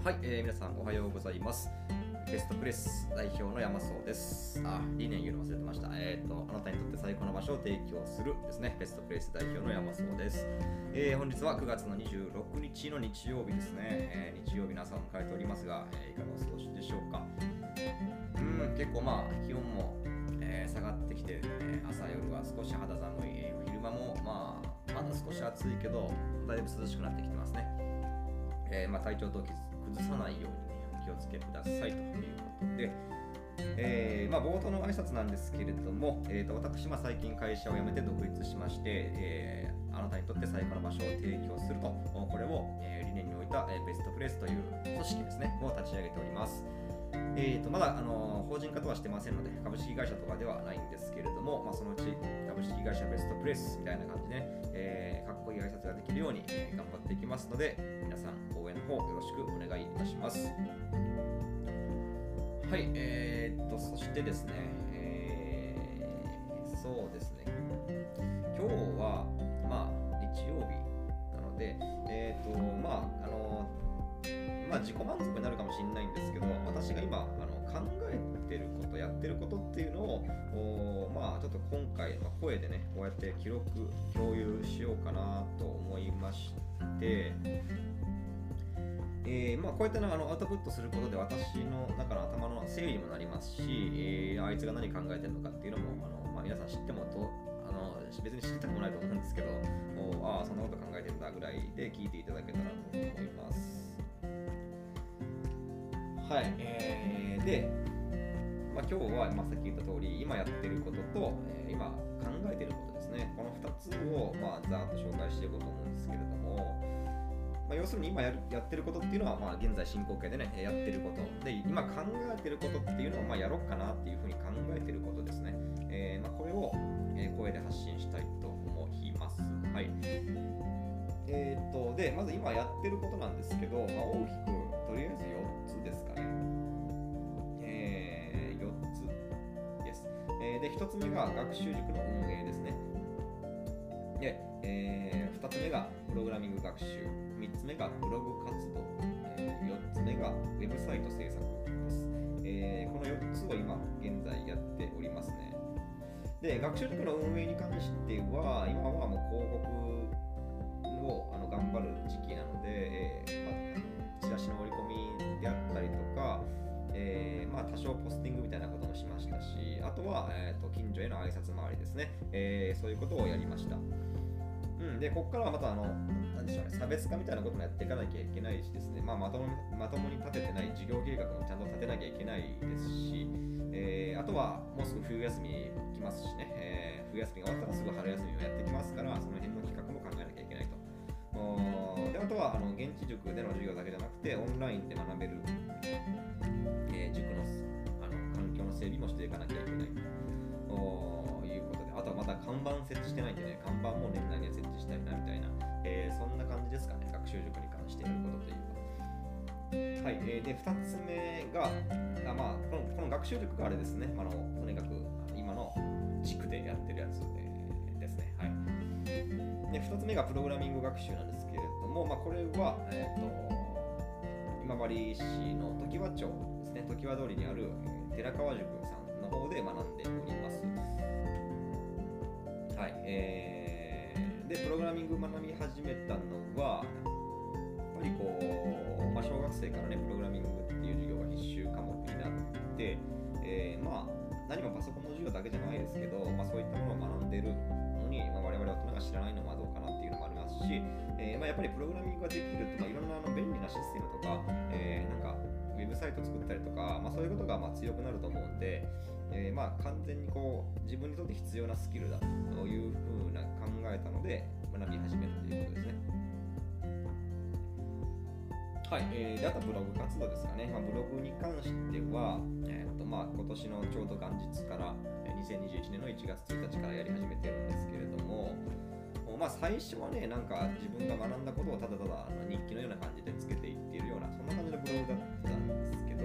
はい、皆さんおはようございます。ベストプレス代表の山荘です。理念言うの忘れてました。あなたにとって最高の場所を提供するですね、ベストプレス代表の山荘です。本日は9月の26日の日曜日ですね。日曜日の朝を迎えておりますが、いかがお過ごしでしょうか。結構気温も、下がってきて、朝夜は少し肌寒い、昼間もまだ少し暑いけど、だいぶ涼しくなってきてますね。体調と崩さないように、お気をつけくださいということで、冒頭の挨拶なんですけれども、私、最近会社を辞めて独立しまして、あなたにとって最高の場所を提供すると、これを、理念に置いた、ベストプレスという組織ですね、を立ち上げております。まだ法人化とはしてませんので、株式会社とかではないんですけれども、そのうち株式会社ベストプレスみたいな感じで、かっこいい挨拶ができるように、頑張っていきますので、皆さん応援の方よろしくお願いいたします。はい、そしてですね、そうですね、今日は、日曜日なので、自己満足になるかもしれないんですけど、私が今考えてること、やってることっていうのを、ちょっと今回、声でね、こうやって共有しようかなと思いまして、こうやってアウトプットすることで私の中の頭の整理にもなりますし、あいつが何考えてるのかっていうのも皆さん知っても別に知りたくもないと思うんですけど、そんなこと考えてるんだぐらいで聞いていただけたらと思います。はい、で、今日はさっき言った通り、今やってることと、今考えてることですね、この2つをざーっと紹介していこうと思うんですけれども、要するに今やってることっていうのは、現在進行形でね、やってることで、今考えてることっていうのをやろうかなっていうふうに考えてることですね。これを、声で発信したいと思います。はい。で、まず今やってることなんですけど、大きくとりあえず4つですかね。4つです。で、1つ目が学習塾の運営ですね。で、2つ目がプログラミング学習、3つ目がブログ活動、4つ目がウェブサイト制作です。この4つを今現在やっておりますね。で、学習塾の運営に関しては、今はもう広告を頑張る時期なので、チラシの折り込みであったりとか、多少ポスティングみたいなこともしましたし、あとは、近所への挨拶回りですね、そういうことをやりました。で、ここからはまたなんでしょうね、差別化みたいなこともやっていかなきゃいけないしですね、まともに立ててない事業計画もちゃんと立てなきゃいけないですし、あとはもうすぐ冬休み来ますしね、冬休みが終わったらすぐ春休みをやってきますから、その辺の企画も考えなきゃいけないと。で、あとは現地塾での授業だけじゃなくて、オンラインで学べる、塾の環境の整備もしていかなきゃいけないということで、あとはまた看板設置してないんでね、看板も年内には設置したいなみたいな、そんな感じですかね、学習塾に関してやることというか。はい、で、2つ目が、この学習塾があれですね、とにかく今の軸でやってるやつ、ですね。はい。で、2つ目がプログラミング学習なんですけれども、これは、今治市の常盤町ですね、常盤通りにある寺川塾さんの方で学んでおります。はい。で、プログラミング学び始めたのは、やっぱり小学生からね、プログラミングっていう授業が必修科目になって、何もパソコンの授業だけじゃないですけど、そういったものを学んでるのに、我々大人が知らないのはどうかなっていうのもありますし、やっぱりプログラミングができると、いろんな便利なシステムとか、ウェブサイト作ったりとか、そういうことが強くなると思うんで、完全に自分にとって必要なスキルだというふうな考えたので学び始めたということですね。はい、で、あとブログ活動ですかね。ブログに関しては、今年のちょうど元日から2021年の1月1日からやり始めてるんですけれども、最初はね、自分が学んだことをただただ日記のような感じでつけていっているような、そんな感じのブログだったんですけど、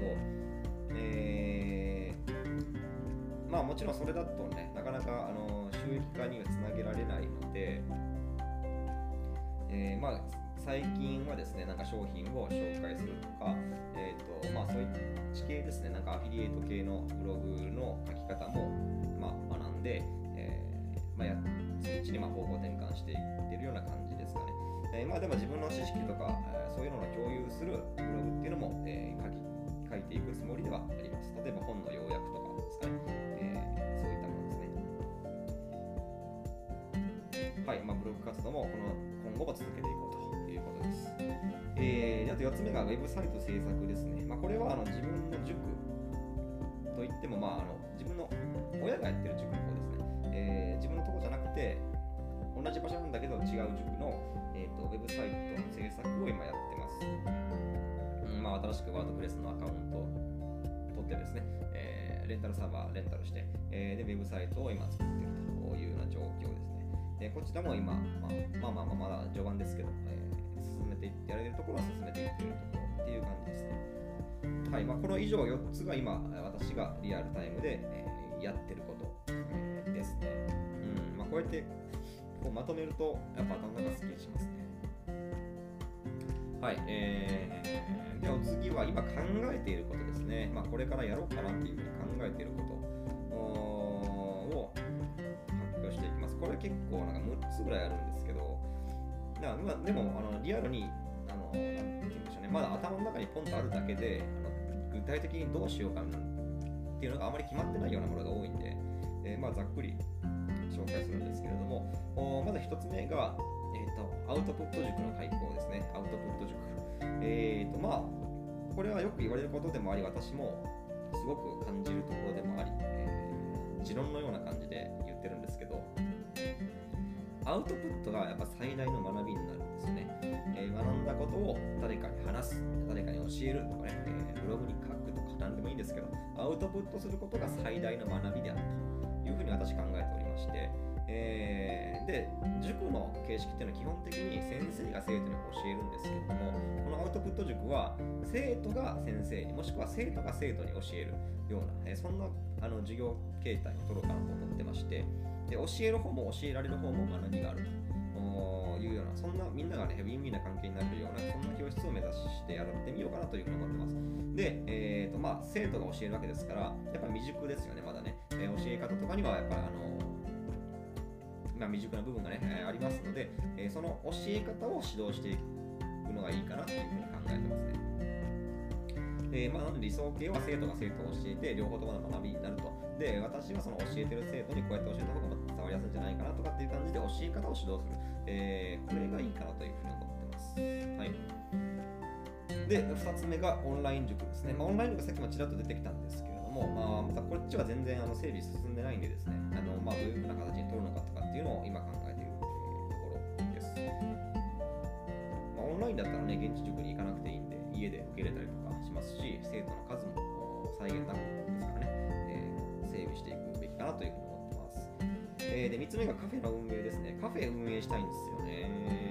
もちろんそれだとね、なかなか収益化にはつなげられないので、 最近はですね、なんか商品を紹介するとか、そういう地形ですね、なんかアフィリエイト系のブログの書き方も、学んで、そっちに方向転換していってるような感じですかね。でも自分の知識とか、そういうのを共有するブログっていうのも、書いていくつもりではあります。例えば本の要約とかですかね、そういったものですね。はい、ブログ活動も今後も続けていこうということです。あと4つ目がウェブサイト制作ですね。これは自分の塾といっても、自分の親がやってる塾の方ですね。自分のとこじゃなくて、同じ場所なんだけど違う塾の、ウェブサイトの制作を今やってます。新しくワードプレスのアカウントを取ってですね、レンタルサーバーレンタルして、でウェブサイトを今作っているというような状況ですね。こちらも今、まだ序盤ですけど、進めていってやれるところは進めていっているところっていう感じですね。はい、この以上4つが今私がリアルタイムで、やってること、ですね。こうやってこうまとめるとやっぱ頭がすっきりしますね。はい、でお次は今考えていることですね。これからやろうかなっていうふうに考えていることを発表していきます。これ結構なんか6つぐらいあるんですけど、でもリアルになんて言うんでしょうね、まだ頭の中にポンとあるだけで具体的にどうしようかなっていうのがあまり決まってないようなものが多いんで、ざっくり紹介するんですけれども、まず1つ目が、アウトプット塾の開講ですね。アウトプット塾。これはよく言われることでもあり、私もすごく感じるところでもあり、持論のような感じで言ってるんですけど、アウトプットがやっぱ最大の学びになるんですよね。学んだことを誰かに話す、誰かに教えるとかね、ブログに書くとか何でもいいんですけど、アウトプットすることが最大の学びであるというふうに私考えておりまして、で、塾の形式っていうのは基本的に先生が生徒に教えるんですけれども、このアウトプット塾は生徒が先生にもしくは生徒が生徒に教えるような、そんな授業形態を取ろうかなと思ってまして、で教える方も教えられる方も学びがあるというような、そんなみんながねウィンウィンな関係になるような、そんな教室を目指してやってみようかなというふうに思ってます。で、生徒が教えるわけですから、やっぱり未熟ですよね、まだね。教え方とかにはやっぱり未熟な部分がね、ありますので、その教え方を指導していくのがいいかなというふうに考えてますね。なので理想形は生徒が生徒を教えて両方ともの学びになると。で、私はその教えてる生徒にこうやって教えた方が伝わりやすいんじゃないかなとかっていう感じで教え方を指導する。これがいいかなというふうに思ってます。はい。で、2つ目がオンライン塾ですね。オンライン塾さっきもちらっと出てきたんですけれども、またこっちは全然整備進んでないんでですね、どういうふうな形に取るのかとかっていうのを今考えているところです。オンラインだったらね、現地塾に行かなくていいんで、家で受け入れたりとかしますし、生徒の数も際限なくですからね、整備していくべきかなというふうに思ってます。で、3つ目がカフェの運営ですね。カフェ運営したいんですよね。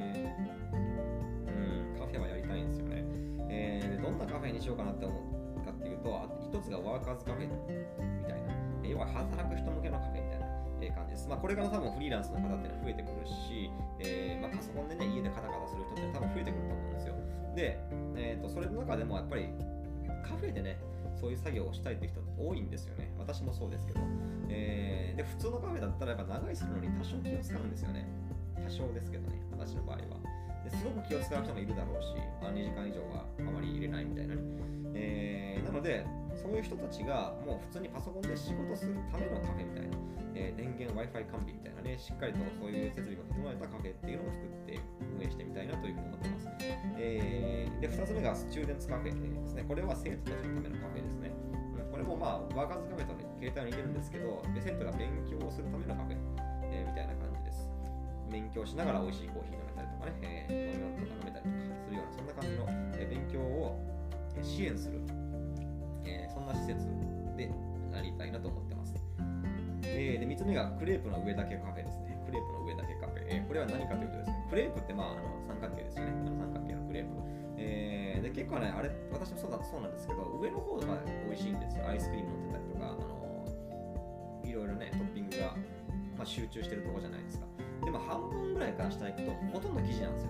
カフェはやりたいんですよね。でどんなカフェにしようかなって思うかっていうと、一つがワーカーズカフェみたいな、要は働く人向けのカフェみたいな感じです。これから多分フリーランスの方っていうのは増えてくるし、パソコンでね、家でカタカタする人って多分増えてくると思うんですよ。で、それの中でもやっぱりカフェでね、そういう作業をしたいっていう人多いんですよね。私もそうですけど。で、普通のカフェだったらやっぱ長居するのに多少気を使うんですよね。多少ですけどね、私の場合は。ですごく気を使う人もいるだろうし、2時間以上はあまり入れないみたいなね。なので、そういう人たちがもう普通にパソコンで仕事するためのカフェみたいな、電源 Wi-Fi 完備みたいなね、しっかりとそういう設備が整えたカフェっていうのを作って運営してみたいなというふうに思ってます。で、2つ目がスチューデンツカフェですね。これは生徒たちのためのカフェですね。これもワーカーズカフェと形態は似てるんですけど、生徒が勉強をするためのカフェ、みたいな感じです。勉強しながら美味しいコーヒー飲めたりとかね、飲み物とか飲めたりとかするような、そんな感じの、勉強を支援する、そんな施設でなりたいなと思ってます。で、3つ目がクレープの上だけカフェですね。クレープの上だけカフェ。これは何かというとですね、クレープって三角形ですよね。三角形のクレープ。で、結構ね、あれ、私もそうなんですけど、上の方が美味しいんですよ。アイスクリーム乗ってたりとか、いろいろね、トッピングが、集中してるところじゃないですか。でも半分ぐらいから下行くとほとんど生地なんですよね。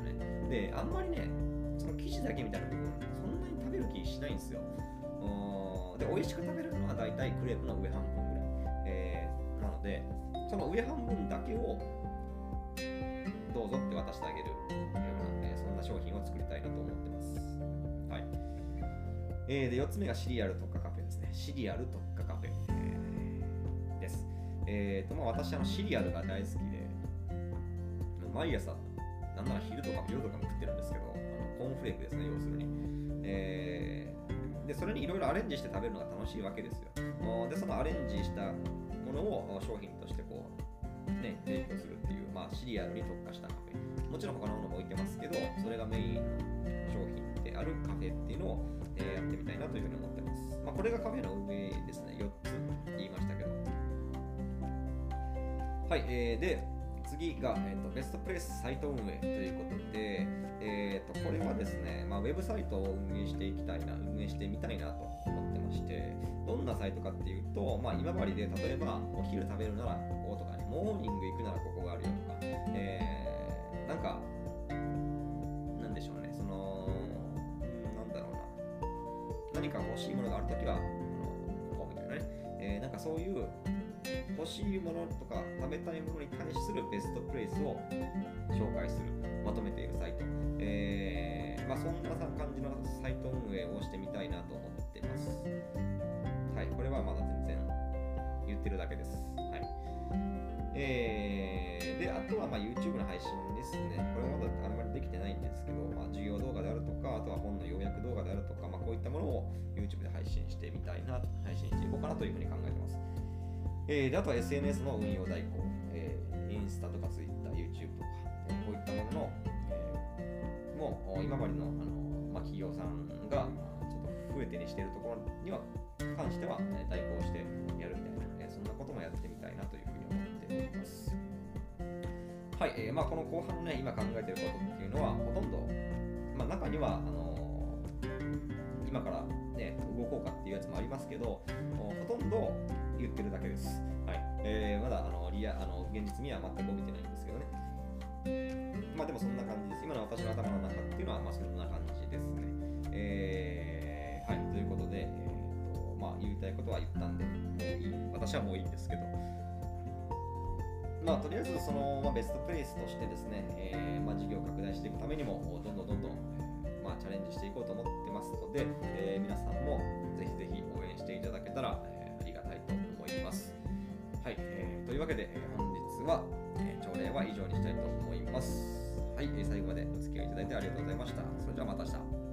で、あんまりね、その生地だけみたいな部分、そんなに食べる気しないんですよ。で、美味しく食べるのは大体クレープの上半分ぐらい。なので、その上半分だけをどうぞって渡してあげるような、そんな商品を作りたいなと思ってます。はい。で、4つ目がシリアル特化カフェですね。シリアル特化カフェ、です。私シリアルが大好きで、毎朝、なんなら昼とか夜とかも食ってるんですけど、コーンフレークですね、要するに。で、それにいろいろアレンジして食べるのが楽しいわけですよ。で、そのアレンジしたものを商品として提供するっていう、シリアルに特化したカフェ。もちろん他のものも置いてますけど、それがメインの商品であるカフェっていうのを、やってみたいなというふうに思ってます。これがカフェの運営ですね。4つ言いましたけど。はい、で、次が、ベストプレイスサイト運営ということで、これはですね、ウェブサイトを運営してみたいなと思ってまして、どんなサイトかっていうと、今治で例えばお昼食べるならこことかね、モーニング行くならここがあるよとか、なんか、なんでしょうね、なんだろうな、何か欲しいものがあるときは、ここみたいなね、なんかそういう欲しいものとか食べたいものに対するベストプレイスを紹介する、まとめているサイト、そんな感じのサイト運営をしてみたいなと思ってます。はい、これはまだ全然言ってるだけです。はい。で、あとはYouTube の配信ですね。これはまだあんまりできてないんですけど、授業動画であるとか、あとは本の要約動画であるとか、こういったものを YouTube で配信してみたいな、配信していこうかなというふうに考えてます。で、あとは SNS の運用代行、インスタとか Twitter、YouTube とか、こういったものの、もう今治の、企業さんがちょっと増えてにしているところには関しては代行してやるみたいな、そんなこともやってみたいなというふうに思っております。はい、この後半のね、今考えていることっていうのは、ほとんど、中には今からね、動こうかっていうやつもありますけど、ほとんど言ってるだけです。はい。まだ現実味は全く帯びてないんですけどね。でもそんな感じです。今の私の頭の中っていうのはそんな感じですね。はい。ということで、言いたいことは言ったんで、もういい。私はもういいんですけど。とりあえずベストプレイスとしてですね、事業を拡大していくためにも、どんどんチャレンジしていこうと思ってますので、皆さんもぜひぜひ応援していただけたら、ありがたいと思います。はい、というわけで、本日は、朝礼は以上にしたいと思います。はい、最後までお付き合いいただいてありがとうございました。それではまた明日。